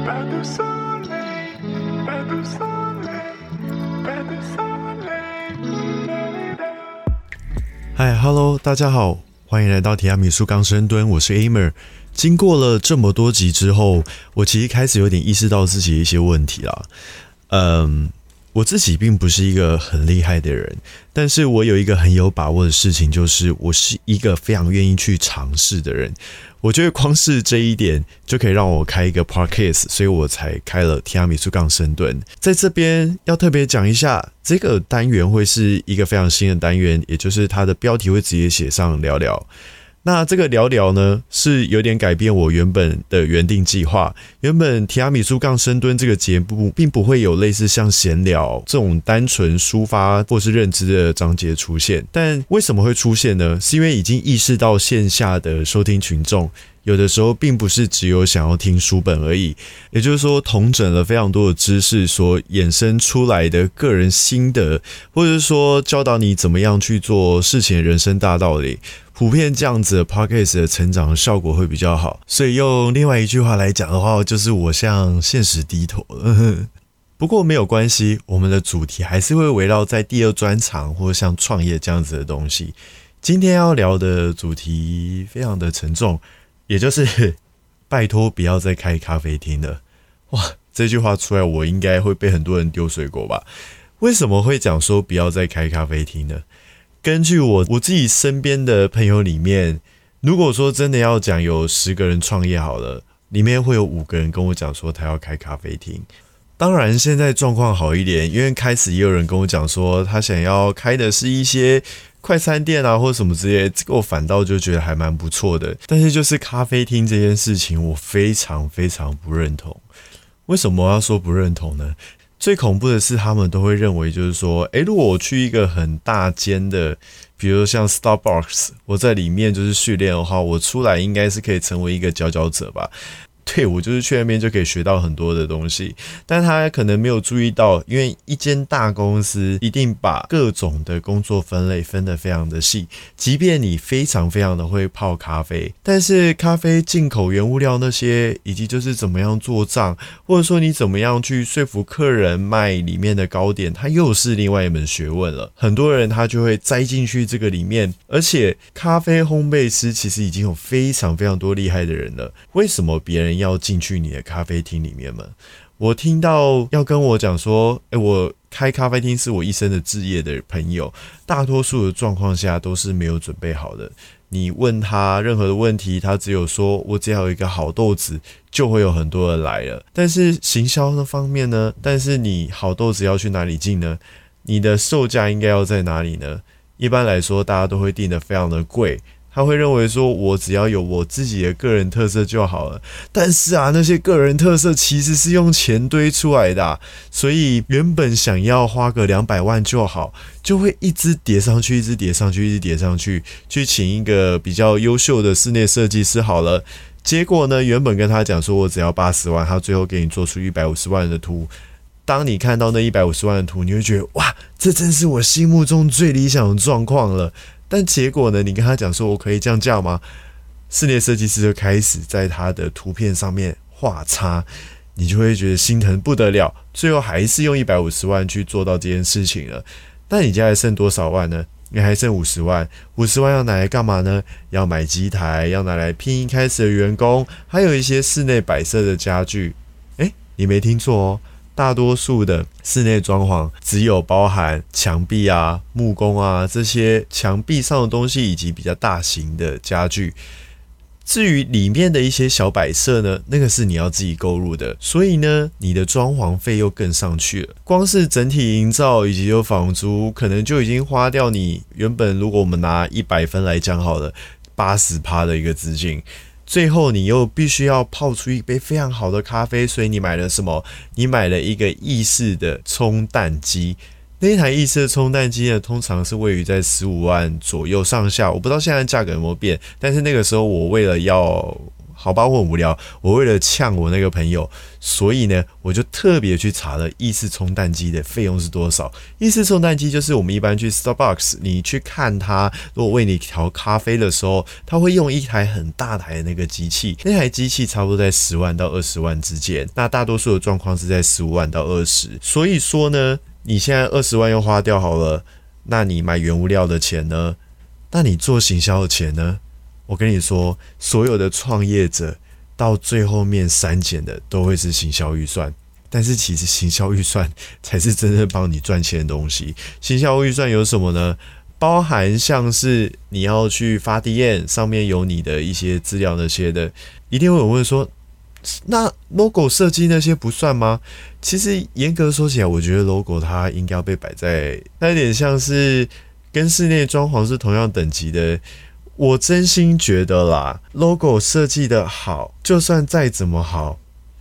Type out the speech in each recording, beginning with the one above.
pas de soleil, pas de soleil, pas de soleil. 嗨 ，Hello， 大家好，欢迎来到提拉米苏刚深蹲，我是 Amer。经过了这么多集之后，我其实开始有点意识到自己的一些问题啦。我自己并不是一个很厉害的人，但是我有一个很有把握的事情，就是我是一个非常愿意去尝试的人。我觉得光是这一点就可以让我开一个 podcast， 所以我才开了提拉米苏杠深蹲。在这边要特别讲一下，这个单元会是一个非常新的单元，也就是它的标题会直接写上聊聊。那这个聊聊呢，是有点改变我原本的原定计划。原本提拉米苏杠深蹲这个节目并不会有类似像闲聊这种单纯抒发或是认知的章节出现，但为什么会出现呢？是因为已经意识到线下的收听群众有的时候并不是只有想要听书本而已，也就是说统整了非常多的知识所衍生出来的个人心得，或者是说教导你怎么样去做事情的人生大道理，普遍这样子的 podcast 的成长效果会比较好。所以用另外一句话来讲的话，就是我向现实低头了。不过没有关系，我们的主题还是会围绕在第二专场或者像创业这样子的东西。今天要聊的主题非常的沉重，也就是拜托不要再开咖啡厅了。哇，这句话出来我应该会被很多人丢水果吧。为什么会讲说不要再开咖啡厅呢？根据我自己身边的朋友里面，如果说真的要讲有10个人创业好了，里面会有5个人跟我讲说他要开咖啡厅。当然现在状况好一点，因为开始也有人跟我讲说他想要开的是一些快餐店啊或什么之类的，这个我反倒就觉得还蛮不错的。但是就是咖啡厅这件事情我非常非常不认同。为什么我要说不认同呢？最恐怖的是他们都会认为就是说如果我去一个很大间的比如像 Starbucks， 我在里面就是训练的话，我出来应该是可以成为一个佼佼者吧。对，我就是去那边就可以学到很多的东西，但他可能没有注意到，因为一间大公司一定把各种的工作分类分得非常的细，即便你非常非常的会泡咖啡，但是咖啡进口原物料那些，以及就是怎么样做账，或者说你怎么样去说服客人卖里面的糕点，它又是另外一门学问了。很多人他就会栽进去这个里面，而且咖啡烘焙师其实已经有非常非常多厉害的人了，为什么别人要进去你的咖啡厅里面吗？我听到要跟我讲说我开咖啡厅是我一生的志业的朋友，大多数的状况下都是没有准备好的。你问他任何的问题，他只有说我只要有一个好豆子就会有很多人来了。但是行销那方面呢？但是你好豆子要去哪里进呢？你的售价应该要在哪里呢？一般来说大家都会定得非常的贵，他会认为说我只要有我自己的个人特色就好了，但是那些个人特色其实是用钱堆出来的所以原本想要花个200万就好，就会一直叠上去，一直叠上去，一直叠上去，去请一个比较优秀的室内设计师好了。结果呢，原本跟他讲说我只要80万，他最后给你做出150万的图。当你看到那150万的图，你会觉得哇，这真是我心目中最理想的状况了。但结果呢，你跟他讲说我可以这样叫吗？室内设计师就开始在他的图片上面画叉，你就会觉得心疼不得了，最后还是用150万去做到这件事情了。那你家还剩多少万呢？你还剩50万，50万要拿来干嘛呢？要买机台，要拿来聘一开始的员工，还有一些室内摆设的家具。你没听错哦，大多数的室内装潢只有包含墙壁啊、木工啊这些墙壁上的东西，以及比较大型的家具。至于里面的一些小摆设呢，那个是你要自己购入的，所以呢，你的装潢费又更上去了。光是整体营造以及有房租，可能就已经花掉你原本如果我们拿100分来讲好了 80% 的一个资金。最后你又必须要泡出一杯非常好的咖啡，所以你买了什么？你买了一个意式的冲蛋机。那一台意式的冲蛋机呢，通常是位于在15万左右上下，我不知道现在价格有没有变，但是那个时候我为了要好吧，我很无聊，我为了呛我那个朋友，所以呢，我就特别去查了意式冲蛋机的费用是多少。意式冲蛋机就是我们一般去 Starbucks， 你去看它，如果为你调咖啡的时候，它会用一台很大台的那个机器，那台机器差不多在10万到20万之间，那大多数的状况是在15万到20，所以说呢，你现在20万又花掉好了，那你买原物料的钱呢？那你做行销的钱呢？我跟你说，所有的创业者到最后面删减的都会是行销预算，但是其实行销预算才是真正帮你赚钱的东西。行销预算有什么呢？包含像是你要去发 DM， 上面有你的一些资料那些的，一定会有人问说，那 logo 设计那些不算吗？其实严格说起来，我觉得 logo 它应该要被摆在，它有点像是跟室内装潢是同样等级的。我真心觉得啦 ，logo 设计的好，就算再怎么好，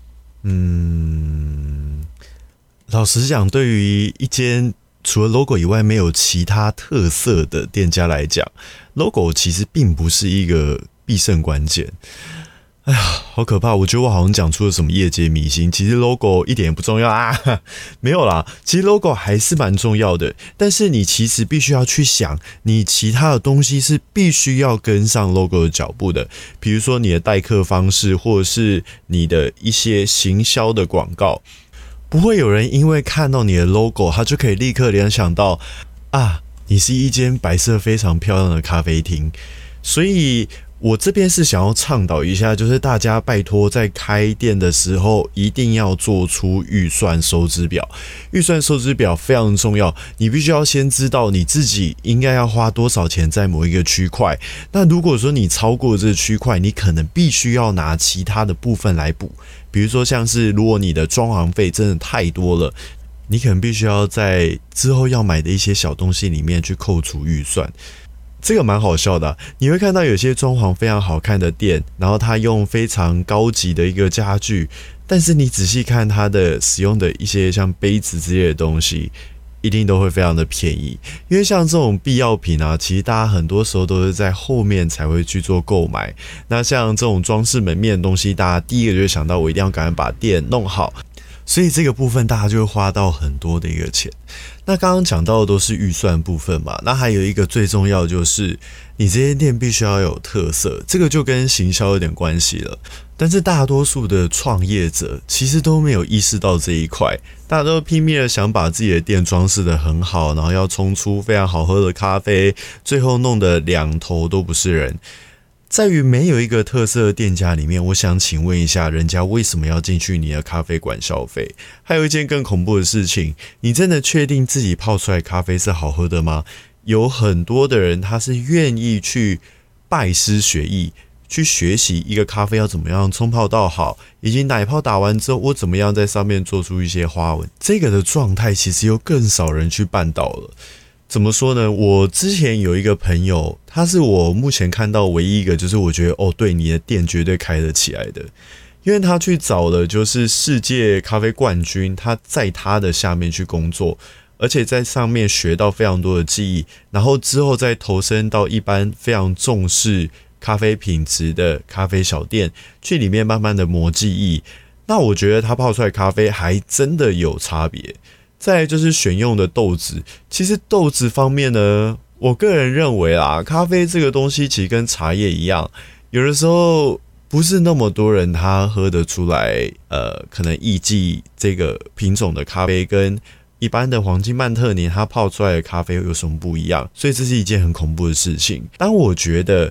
老实讲，对于一间除了 logo 以外没有其他特色的店家来讲 ，logo 其实并不是一个必胜关键。哎呀，好可怕！我觉得我好像讲出了什么业界迷信。其实 logo 一点也不重要啊，没有啦。其实 logo 还是蛮重要的，但是你其实必须要去想，你其他的东西是必须要跟上 logo 的脚步的。比如说你的待客方式，或者是你的一些行销的广告，不会有人因为看到你的 logo， 他就可以立刻联想到啊，你是一间摆设非常漂亮的咖啡厅，所以。我这边是想要倡导一下，就是大家拜托在开店的时候一定要做出预算收支表。预算收支表非常重要，你必须要先知道你自己应该要花多少钱在某一个区块。那如果说你超过这个区块，你可能必须要拿其他的部分来补。比如说像是如果你的装潢费真的太多了，你可能必须要在之后要买的一些小东西里面去扣除预算。这个蛮好笑的你会看到有些装潢非常好看的店，然后它用非常高级的一个家具，但是你仔细看它的使用的一些像杯子之类的东西，一定都会非常的便宜。因为像这种必要品啊，其实大家很多时候都是在后面才会去做购买。那像这种装饰门面的东西，大家第一个就会想到我一定要赶快把店弄好，所以这个部分大家就会花到很多的一个钱。那刚刚讲到的都是预算部分嘛，那还有一个最重要的就是你这间店必须要有特色，这个就跟行销有点关系了。但是大多数的创业者其实都没有意识到这一块，大家都拼命的想把自己的店装饰得很好，然后要冲出非常好喝的咖啡，最后弄得两头都不是人。在于没有一个特色的店家里面，我想请问一下，人家为什么要进去你的咖啡馆消费？还有一件更恐怖的事情，你真的确定自己泡出来的咖啡是好喝的吗？有很多的人他是愿意去拜师学艺，去学习一个咖啡要怎么样冲泡到好，以及奶泡打完之后我怎么样在上面做出一些花纹。这个的状态其实又更少人去办到了。怎么说呢？我之前有一个朋友，他是我目前看到唯一一个，就是我觉得对，你的店绝对开得起来的，因为他去找了就是世界咖啡冠军，他在他的下面去工作，而且在上面学到非常多的技艺，然后之后再投身到一般非常重视咖啡品质的咖啡小店，去里面慢慢的磨技艺。那我觉得他泡出来咖啡还真的有差别。再来就是选用的豆子，其实豆子方面呢，我个人认为啦，咖啡这个东西其实跟茶叶一样，有的时候不是那么多人他喝得出来，可能艺妓这个品种的咖啡跟一般的黄金曼特宁它泡出来的咖啡有什么不一样，所以这是一件很恐怖的事情。当我觉得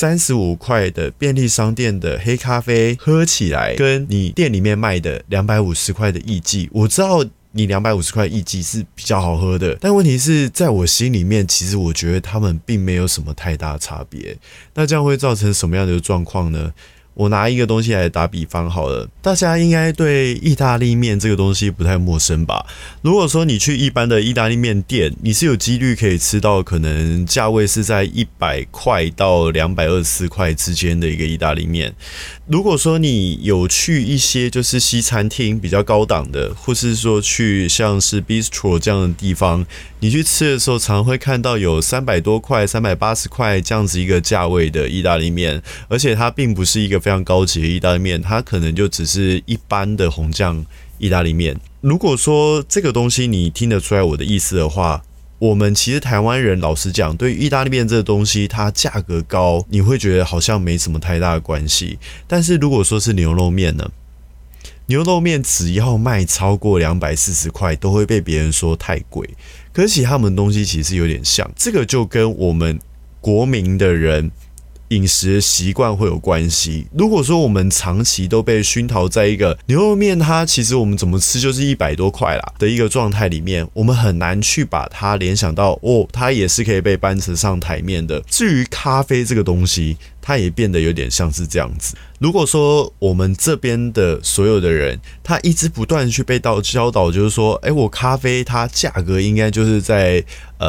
35块的便利商店的黑咖啡喝起来跟你店里面卖的250块的艺妓，我知道你250块艺妓是比较好喝的，但问题是在我心里面，其实我觉得他们并没有什么太大差别。那这样会造成什么样的状况呢？我拿一个东西来打比方好了，大家应该对意大利面这个东西不太陌生吧？如果说你去一般的意大利面店，你是有几率可以吃到可能价位是在100块到224块之间的一个意大利面。如果说你有去一些就是西餐厅比较高档的，或是说去像是 Bistro 这样的地方，你去吃的时候常会看到有300多块、380块这样子一个价位的意大利面，而且它并不是一个非常高级的意大利面，它可能就只是一般的红酱意大利面。如果说这个东西你听得出来我的意思的话，我们其实台湾人老实讲，对于意大利面这个东西，它价格高，你会觉得好像没什么太大的关系。但是如果说是牛肉面呢？牛肉面只要卖超过240块，都会被别人说太贵。可是其实他们东西其实有点像，这个就跟我们国民的人饮食习惯会有关系。如果说我们长期都被熏陶在一个牛肉面，它其实我们怎么吃就是100多块啦的一个状态里面，我们很难去把它联想到它也是可以被搬得上台面的。至于咖啡这个东西，它也变得有点像是这样子。如果说我们这边的所有的人，他一直不断去被教导，就是说，我咖啡它价格应该就是在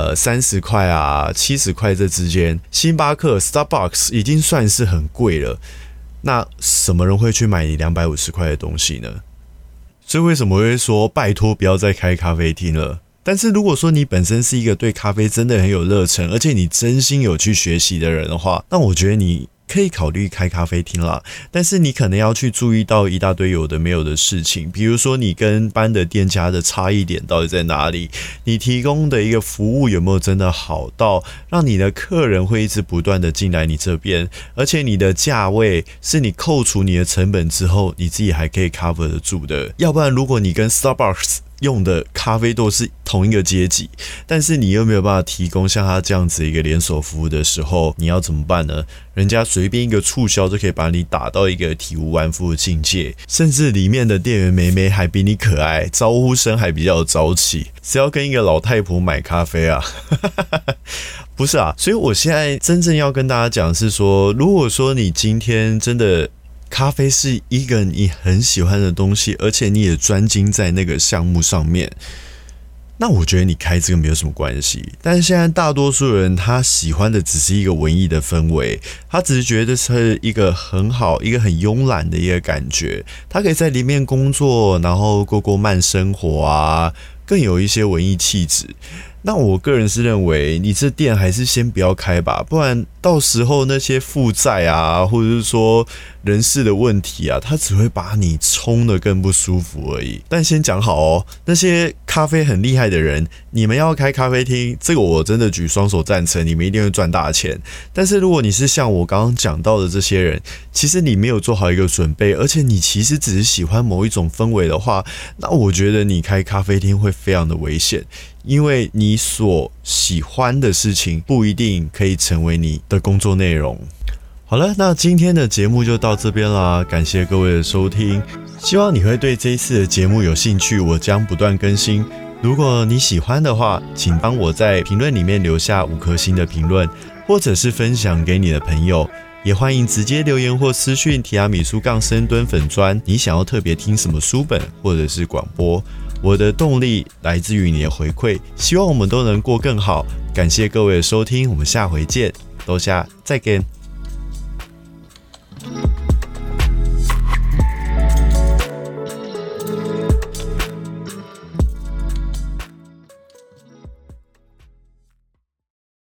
30块啊、70块这之间。星巴克 Starbucks 已经算是很贵了，那什么人会去买你250块的东西呢？所以为什么会说拜托不要再开咖啡厅了？但是如果说你本身是一个对咖啡真的很有热忱，而且你真心有去学习的人的话，那我觉得你可以考虑开咖啡厅啦。但是你可能要去注意到一大堆有的没有的事情，比如说你跟一般的店家的差异点到底在哪里，你提供的一个服务有没有真的好到让你的客人会一直不断的进来你这边，而且你的价位是你扣除你的成本之后你自己还可以 cover 得住的。要不然如果你跟 Starbucks用的咖啡豆是同一个阶级，但是你又没有办法提供像他这样子一个连锁服务的时候，你要怎么办呢？人家随便一个促销就可以把你打到一个体无完肤的境界，甚至里面的店员妹妹还比你可爱，招呼声还比较有朝气，谁要跟一个老太婆买咖啡啊？不是啊，所以我现在真正要跟大家讲的是说，如果说你今天真的咖啡是一个你很喜欢的东西，而且你也专精在那个项目上面，那我觉得你开这个没有什么关系。但是现在大多数人他喜欢的只是一个文艺的氛围，他只是觉得是一个很好、一个很慵懒的一个感觉，他可以在里面工作，然后过慢生活啊，更有一些文艺气质。那我个人是认为，你这店还是先不要开吧，不然到时候那些负债啊，或者是说人事的问题啊，它只会把你冲得更不舒服而已。但先讲好哦，那些咖啡很厉害的人，你们要开咖啡厅，这个我真的举双手赞成，你们一定会赚大钱。但是如果你是像我刚刚讲到的这些人，其实你没有做好一个准备，而且你其实只是喜欢某一种氛围的话，那我觉得你开咖啡厅会非常的危险。因为你所喜欢的事情不一定可以成为你的工作内容。好了，那今天的节目就到这边啦，感谢各位的收听，希望你会对这一次的节目有兴趣，我将不断更新。如果你喜欢的话，请帮我在评论里面留下5颗星的评论，或者是分享给你的朋友。也欢迎直接留言或私讯提亚米苏深蹲粉专，你想要特别听什么书本或者是广播。我的动力来自于你的回馈，希望我们都能过更好。感谢各位的收听，我们下回见，多谢再见。